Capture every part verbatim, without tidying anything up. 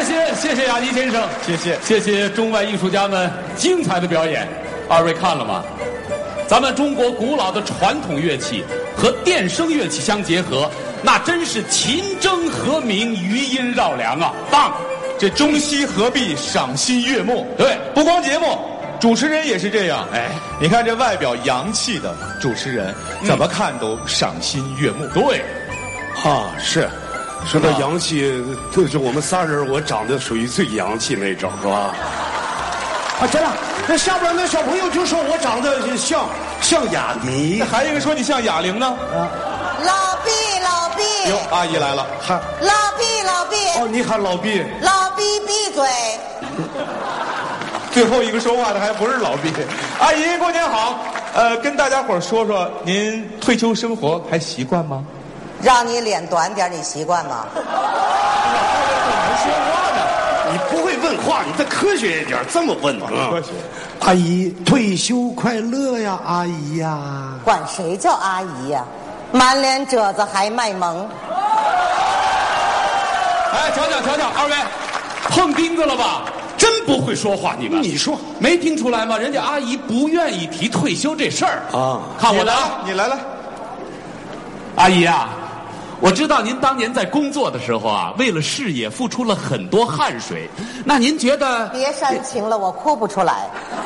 谢谢谢谢雅尼先生， 谢谢谢谢中外艺术家们精彩的表演。二位看了吗？咱们中国古老的传统乐器和电声乐器相结合，那真是琴筝和鸣，余音绕梁啊！棒！ 这中西合璧，赏心悦目。 对， 不光节目，主持人也是这样。 哎， 你看这外表洋气的主持人， 嗯、 怎么看都赏心悦目。 对， 啊，是。说到洋气，就是我们仨人，我长得属于最洋气那种，是吧？ 啊，真的，那下边那小朋友就说我长得像像雅尼， 那还有一个说你像哑铃呢。 啊，老毕老毕， 哟，阿姨来了， 喊老毕老毕。 哦，你喊老毕， 老毕闭嘴。 最后一个说话的还不是老毕。阿姨过年好，呃，跟大家伙说说，您退休生活还习惯吗？ 让你脸短点，你习惯吗？ 说话呢，你不会问话，你再科学一点，这么问嘛？ 科学。 阿姨退休快乐呀，阿姨呀！ 管谁叫阿姨呀？满脸褶子还卖萌。 哎，瞧瞧瞧瞧，二位碰钉子了吧？真不会说话，你们。 你说没听出来吗？人家阿姨不愿意提退休这事儿啊。 看我的， 你来了， 阿姨啊。我知道您当年在工作的时候啊，为了事业付出了很多汗水。那您觉得？ 别煽情了，我哭不出来。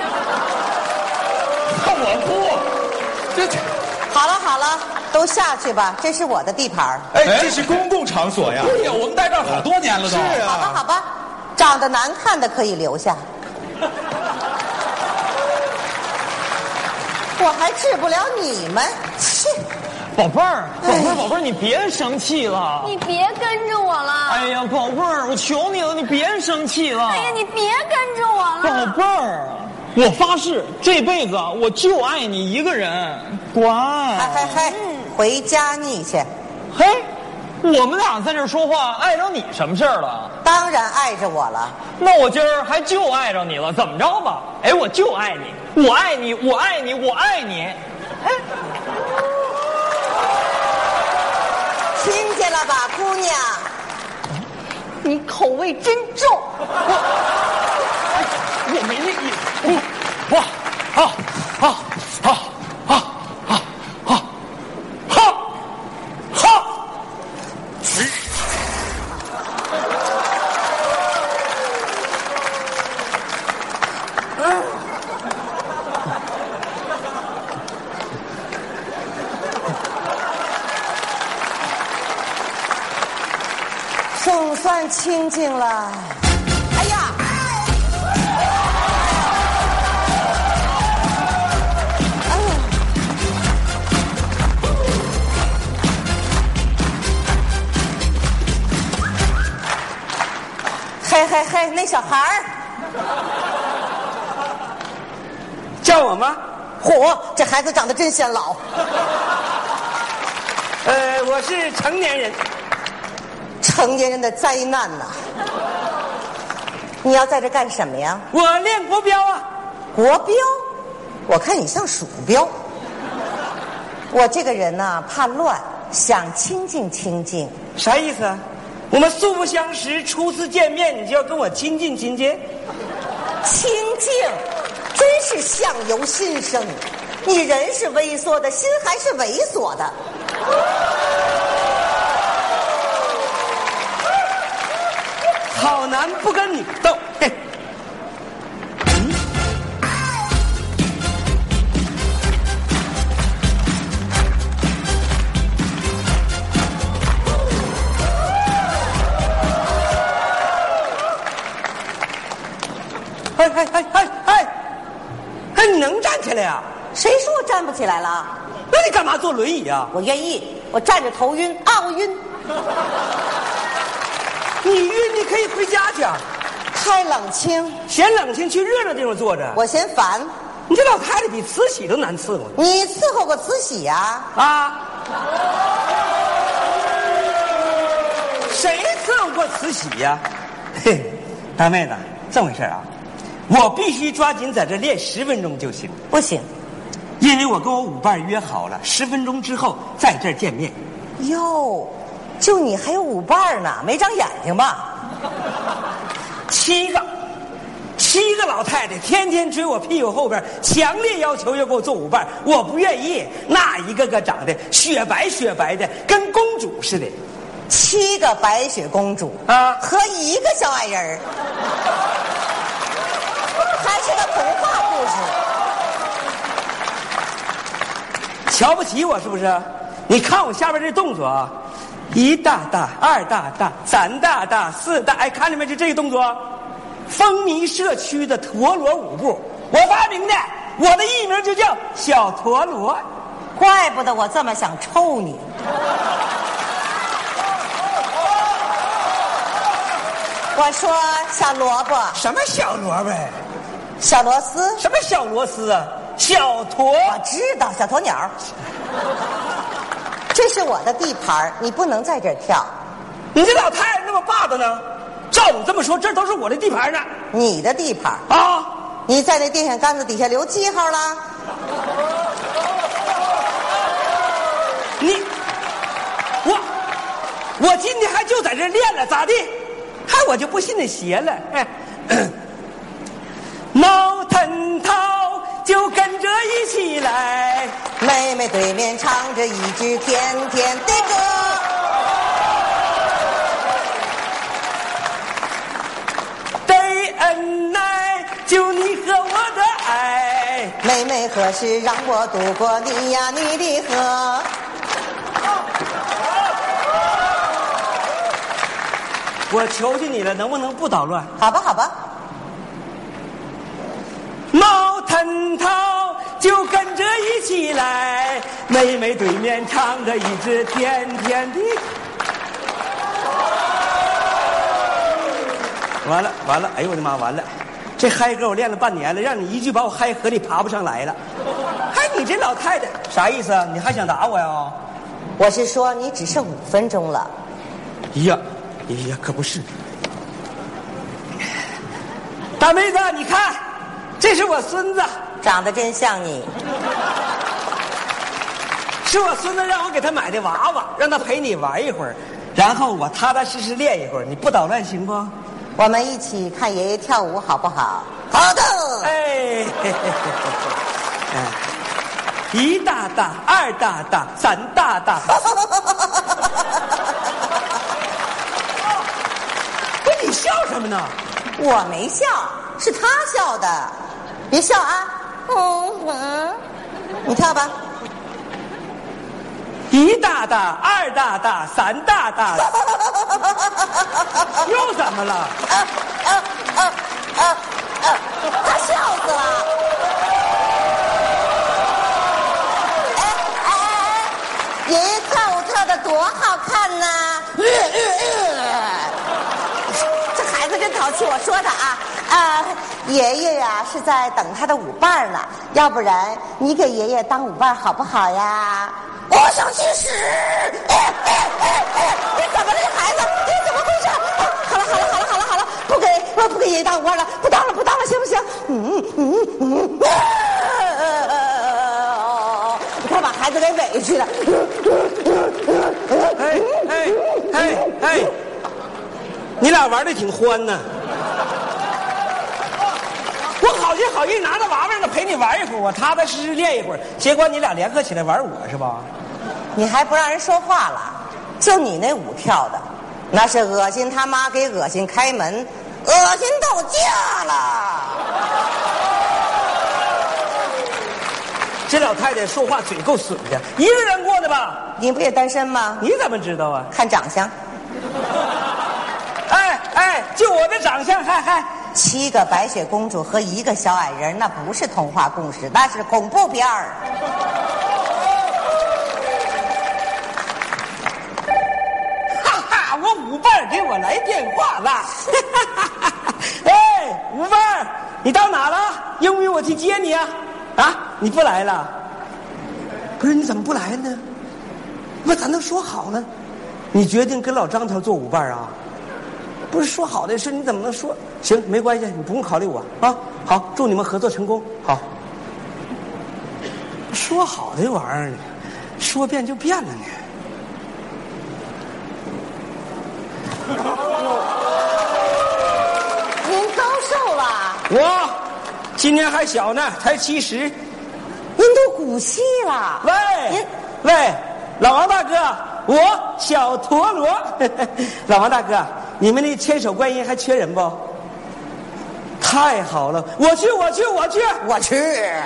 看我哭，这这。 好了好了，都下去吧，这是我的地盘。 哎，这是公共场所呀。 对呀，我们在这儿好多年了都。 是啊。 好吧好吧，长得难看的可以留下。我还治不了你们，切！ 宝贝儿，宝贝儿，宝贝儿，你别生气了。 你别跟着我了。 哎呀，宝贝儿，我求你了，你别生气了。 哎呀，你别跟着我了。 宝贝儿，我发誓，这辈子我就爱你一个人。乖。 嗨嗨嗨，回家腻去。 嘿，我们俩在这说话，碍着你什么事儿了？ 当然碍着我了。 那我今儿还就碍着你了，怎么着吧？哎，我就爱你，我爱你，我爱你，我爱你。哎。 听见了吧，姑娘？ 你口味真重。 我我没那意思。我啊啊啊啊啊啊啊啊！ 总算清静了。哎呀！哎呀！嘿嘿嘿，那小孩儿叫我吗？ 嚯，这孩子长得真显老。 呃，我是成年人。 成年人的灾难呐！你要在这干什么呀？ 我练国标啊。 国标？我看你像鼠标。我这个人呐、啊，怕乱，想清静清静。 啥意思啊？我们素不相识，初次见面你就要跟我亲近亲近？ 清静，真是相由心生。你人是微缩的，心还是猥琐的。 好男不跟女斗，嘿。嗯。哎哎哎哎哎！哎，你能站起来呀？ 谁说我站不起来了？ 那你干嘛坐轮椅啊？ 我愿意，我站着头晕啊，我晕。 你晕，你可以回家去。 太冷清， 嫌冷清，去热闹地方坐着。 我嫌烦。 你这老太太比慈禧都难伺候。 你伺候过慈禧呀？ 啊？谁伺候过慈禧呀？嘿，大妹子，这么回事啊？我必须抓紧在这练十分钟就行。 不行， 因为我跟我舞伴约好了，十分钟之后在这儿见面。 哟，就你还有舞伴呢？没长眼睛吧？ 七个，七个老太太天天追我屁股后边，强烈要求要给我做舞伴，我不愿意。那一个个长得雪白雪白的，跟公主似的。 七个白雪公主啊和一个小矮人儿，还是个童话故事。 瞧不起我是不是？你看我下边这动作啊，一大大，二大大，三大大，四大，哎，看见没？就这个动作，风靡社区的陀螺舞步，我发明的，我的艺名就叫小陀螺。 怪不得我这么想抽你。我说小萝卜， 什么小萝卜？ 小螺丝， 什么小螺丝啊？小驼。 我知道，小鸵鸟。这是我的地盘，你不能在这儿跳。 你这老太太那么霸道呢？照你这么说，这都是我的地盘呢。 你的地盘啊？ 你在那电线杆子底下留记号了？ 你，我，我今天还就在这练了，咋地？还我就不信那邪了。哎，毛腾涛就跟着一起来， 妹妹对面唱着一支甜甜的歌。 对恩爱，就你和我的爱。 妹妹何时让我渡过你呀你的河？ 我求求你了，能不能不捣乱？ 好吧，好吧。 毛腾涛就跟着一起来，妹妹对面唱着一支甜甜的。完了完了，哎呦我的妈，完了！这嗨歌我练了半年了，让你一句把我嗨河里爬不上来了。哎，你这老太太啥意思啊？你还想打我呀？ 我是说你只剩五分钟了。 哎呀，哎呀，可不是。大妹子，你看，这是我孙子， 长得真像你。 是我孙子让我给他买的娃娃，让他陪你玩一会儿，然后我踏踏实实练一会儿。你不捣乱行不？ 我们一起看爷爷跳舞好不好？好的。 哎，嘿嘿嘿哎，一大大，二大大，三大大。不，你笑什么呢？ 我没笑，是他笑的。别笑啊！嗯嗯，你跳吧。 一大大，二大大，三大大。又怎么了？ 啊啊啊啊啊！他笑死了。哎哎哎！爷爷跳舞跳得多好看呐！呃呃呃、这孩子真淘气，我说他啊啊！爷爷呀是在等他的舞伴呢，要不然你给爷爷当舞伴好不好呀？我想去屎！哎哎哎哎！你怎么了，孩子？你怎么回事？啊、好了好了好了好了好了，不给我不给爷爷当舞伴了，不当了不当了，行不行？嗯嗯嗯。啊、你快把孩子给委屈了。 哎哎哎哎！你俩玩的挺欢呢。我好心好意拿着娃娃让他陪你玩一会儿，我踏踏实实练一会儿，结果你俩联合起来玩我是吧？ 你还不让人说话了？就你那舞跳的，那是恶心他妈给恶心开门，恶心到家了。 这老太太说话嘴够损的，一个人过的吧？ 你不也单身吗？ 你怎么知道啊？ 看长相。 哎哎，就我的长相，嗨嗨。 七个白雪公主和一个小矮人，那不是童话故事，那是恐怖片儿。 哈哈，我舞伴给我来电话了。哎，舞伴，你到哪了？用不用我去接你啊？啊，你不来了？不是，你怎么不来呢？那咱都说好了，你决定跟老张头做舞伴啊？不是说好的事，你怎么能说？行，没关系，你不用考虑我啊。好，祝你们合作成功。好，说好的玩意儿，说变就变了呢。 今年还小呢，才七十。 您都古稀了。 喂， 您喂，老王大哥，我小陀螺。老王大哥，你们那千手观音还缺人不？太好了，我去，我去，我去， 我去。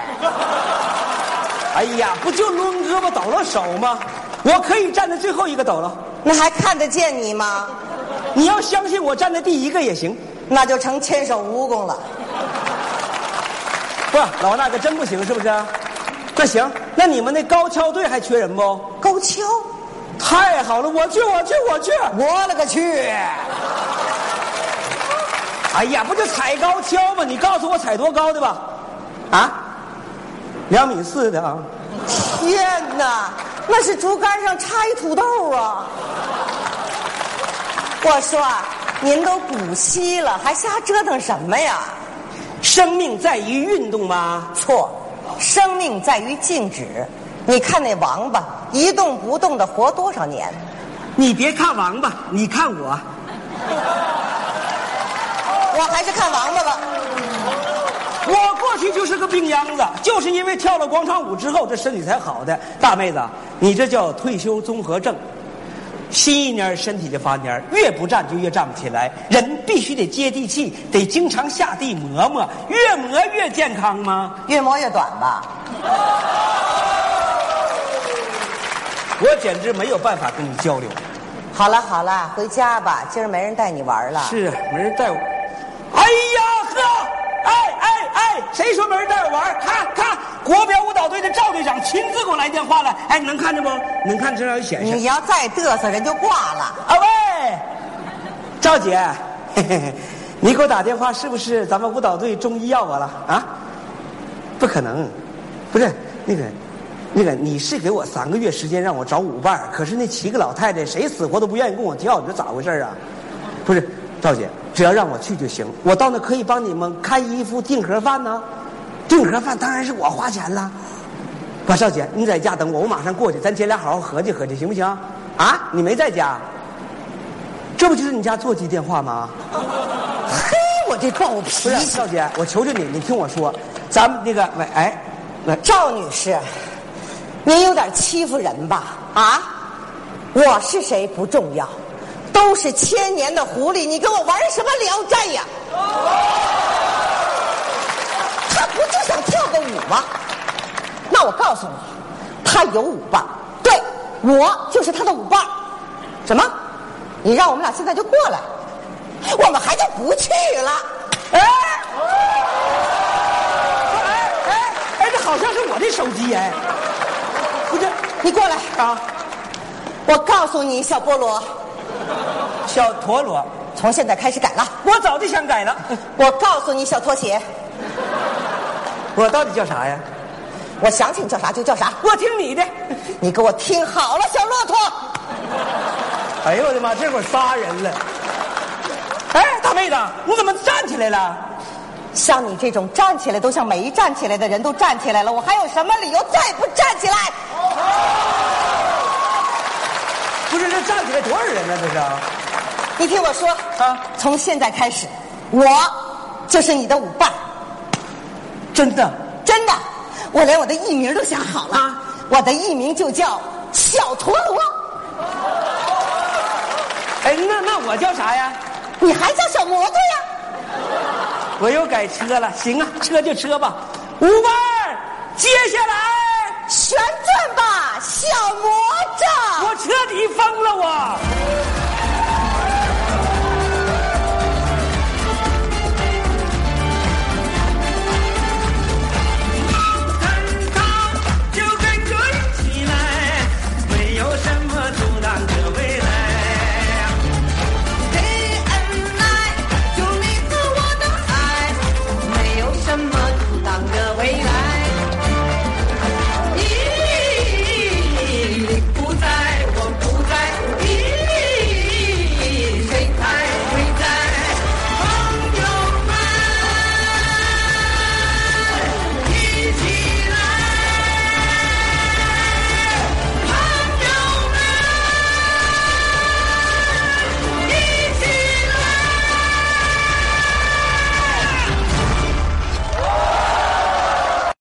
哎呀，不就抡胳膊抖了手吗？我可以站在最后一个抖了。 那还看得见你吗？ 你要相信我，站在第一个也行。 那就成千手蜈蚣了。 不，老王大哥真不行是不是？那行，那你们那高跷队还缺人不？ 高跷？ 太好了，我去，我去，我去！ 我勒个去！ 哎呀，不就踩高跷吗？你告诉我踩多高的吧？啊，两米四的啊！ 天哪，那是竹竿上插一土豆啊！我说，您都古稀了，还瞎折腾什么呀？ 生命在于运动吗？ 错，生命在于静止。你看那王八一动不动的活多少年？ 你别看王八，你看我， 我还是看王八吧。 我过去就是个病秧子，就是因为跳了广场舞之后，这身体才好的。大妹子，你这叫退休综合症。新一蔫身体就发蔫，越不站就越站不起来。人必须得接地气，得经常下地磨磨，越磨越健康吗？ 越磨越短吧。 我简直没有办法跟你交流。 好了好了，回家吧，今儿没人带你玩了。 是，没人带我。哎呀呵，哎哎哎，谁说没人带我玩？看看国标舞蹈队的赵队长亲自给我来电话了。哎，你能看见不？能看这上有显示。 你要再嘚瑟，人就挂了。 啊喂，赵姐，嘿嘿嘿，你给我打电话是不是咱们舞蹈队中医要我了啊？不可能，不是那个。那个你是给我三个月时间让我找舞伴，可是那七个老太太谁死活都不愿意跟我跳，你说咋回事啊？不是，赵姐，只要让我去就行，我到那可以帮你们开衣服、订盒饭呢。订盒饭当然是我花钱了。不，赵姐，你在家等我，我马上过去，咱姐俩好好合计合计，行不行？啊，你没在家？这不就是你家座机电话吗？ 嘿，我这暴脾气！ 赵姐，我求求你，你听我说，咱们那个，喂，哎，喂， 赵女士。您有点欺负人吧？啊，我是谁不重要，都是千年的狐狸，你跟我玩什么聊斋呀？他不就想跳个舞吗？那我告诉你，他有舞伴，对，我就是他的舞伴。什么？你让我们俩现在就过来，我们还就不去了。 哎，哎哎哎，这好像是我的手机哎。不是， 你过来啊！ 我告诉你，小菠萝， 小陀螺， 从现在开始改了。 我早就想改了。 我告诉你，小拖鞋， 我到底叫啥呀？ 我想起你叫啥就叫啥。 我听你的， 你给我听好了，小骆驼。 哎呦我的妈，这会儿仨人了。哎，大妹子，你怎么站起来了？ 像你这种站起来都像没站起来的人都站起来了，我还有什么理由再不站起来？ 不是，这站起来多少人呢？这是？ 你听我说啊，从现在开始，我就是你的舞伴。 真的？ 真的，我连我的艺名都想好了，啊、我的艺名就叫小陀螺。 哎，那那我叫啥呀？ 你还叫小摩托呀？ 我又改车了，行啊，车就车吧。舞伴，接下来旋转吧，小魔杖！ 我彻底疯了我。